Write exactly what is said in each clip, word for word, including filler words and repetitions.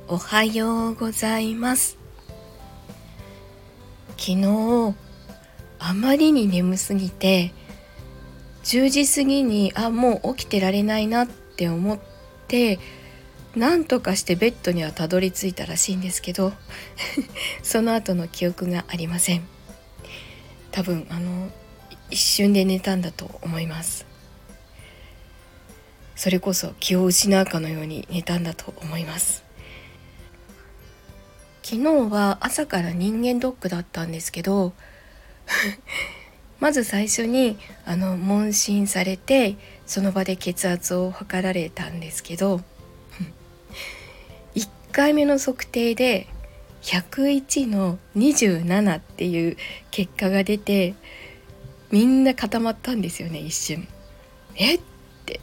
おはようございます。昨日あまりに眠すぎてじゅうじ過ぎにあもう起きてられないなって思ってなんとかしてベッドにはたどり着いたらしいんですけどその後の記憶がありません。多分あの一瞬で寝たんだと思います。それこそ気を失うかのように寝たんだと思います。昨日は朝から人間ドックだったんですけどまず最初にあの問診されてその場で血圧を測られたんですけどいっかいめの測定でひゃくいちのにじゅうななっていう結果が出てみんな固まったんですよね。一瞬えって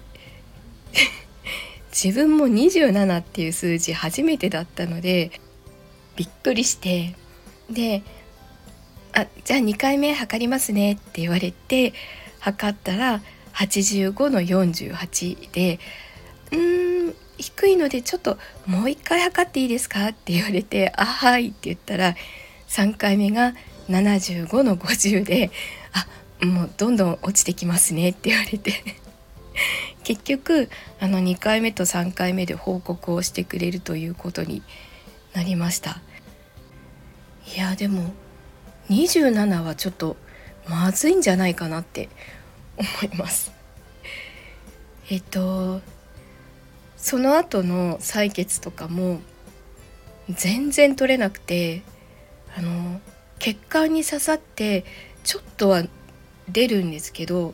自分もにじゅうななっていう数字初めてだったのでびっくりして、であじゃあにかいめ測りますねって言われて測ったらはちじゅうごのよんじゅうはちでうーん低いのでちょっともう一回測っていいですかって言われてあはいって言ったらさんかいめがななじゅうごのごじゅうであもうどんどん落ちてきますねって言われて結局あのにかいめとさんかいめで報告をしてくれるということになりました。いやでもにじゅうななはちょっとまずいんじゃないかなって思います。えっとその後の採血とかも全然取れなくてあの血管に刺さってちょっとは出るんですけど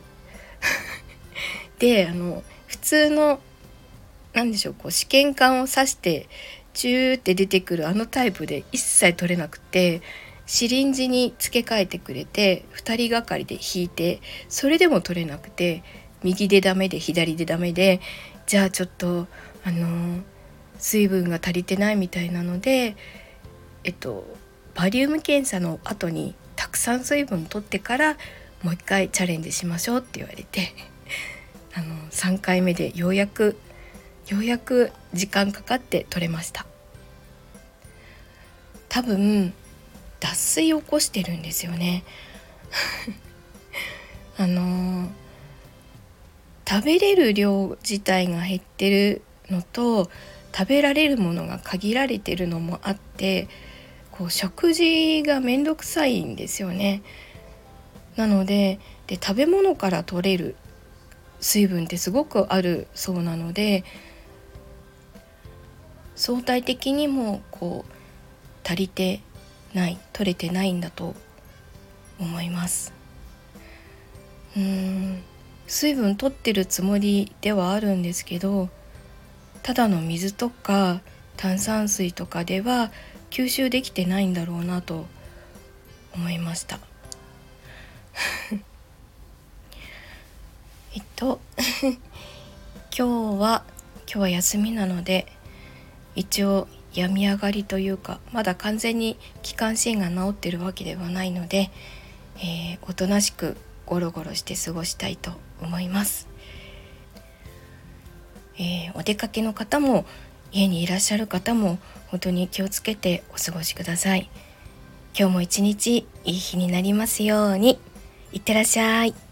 であの普通のなんでしょうこう試験管を刺してチューって出てくるあのタイプで一切取れなくてシリンジに付け替えてくれてふたりがかりで引いてそれでも取れなくて右でダメで左でダメでじゃあちょっとあの水分が足りてないみたいなのでえっとバリウム検査の後にたくさん水分取ってからもう一回チャレンジしましょうって言われてあのさんかいめでようやくようやく時間かかって取れました。多分脱水を起こしてるんですよねあの食べれる量自体が減ってるのと食べられるものが限られてるのもあってこう食事がめんどくさいんですよね。なので、で食べ物から取れる水分ってすごくあるそうなので相対的にもこう足りてない取れてないんだと思います。うーん水分取ってるつもりではあるんですけどただの水とか炭酸水とかでは吸収できてないんだろうなと思いましたえっと今日は今日は休みなので一応病み上がりというかまだ完全に気管支炎が治ってるわけではないので、えー、おとなしくゴロゴロして過ごしたいと思います。えー、お出かけの方も家にいらっしゃる方も本当に気をつけてお過ごしください。今日も一日いい日になりますように。いってらっしゃい。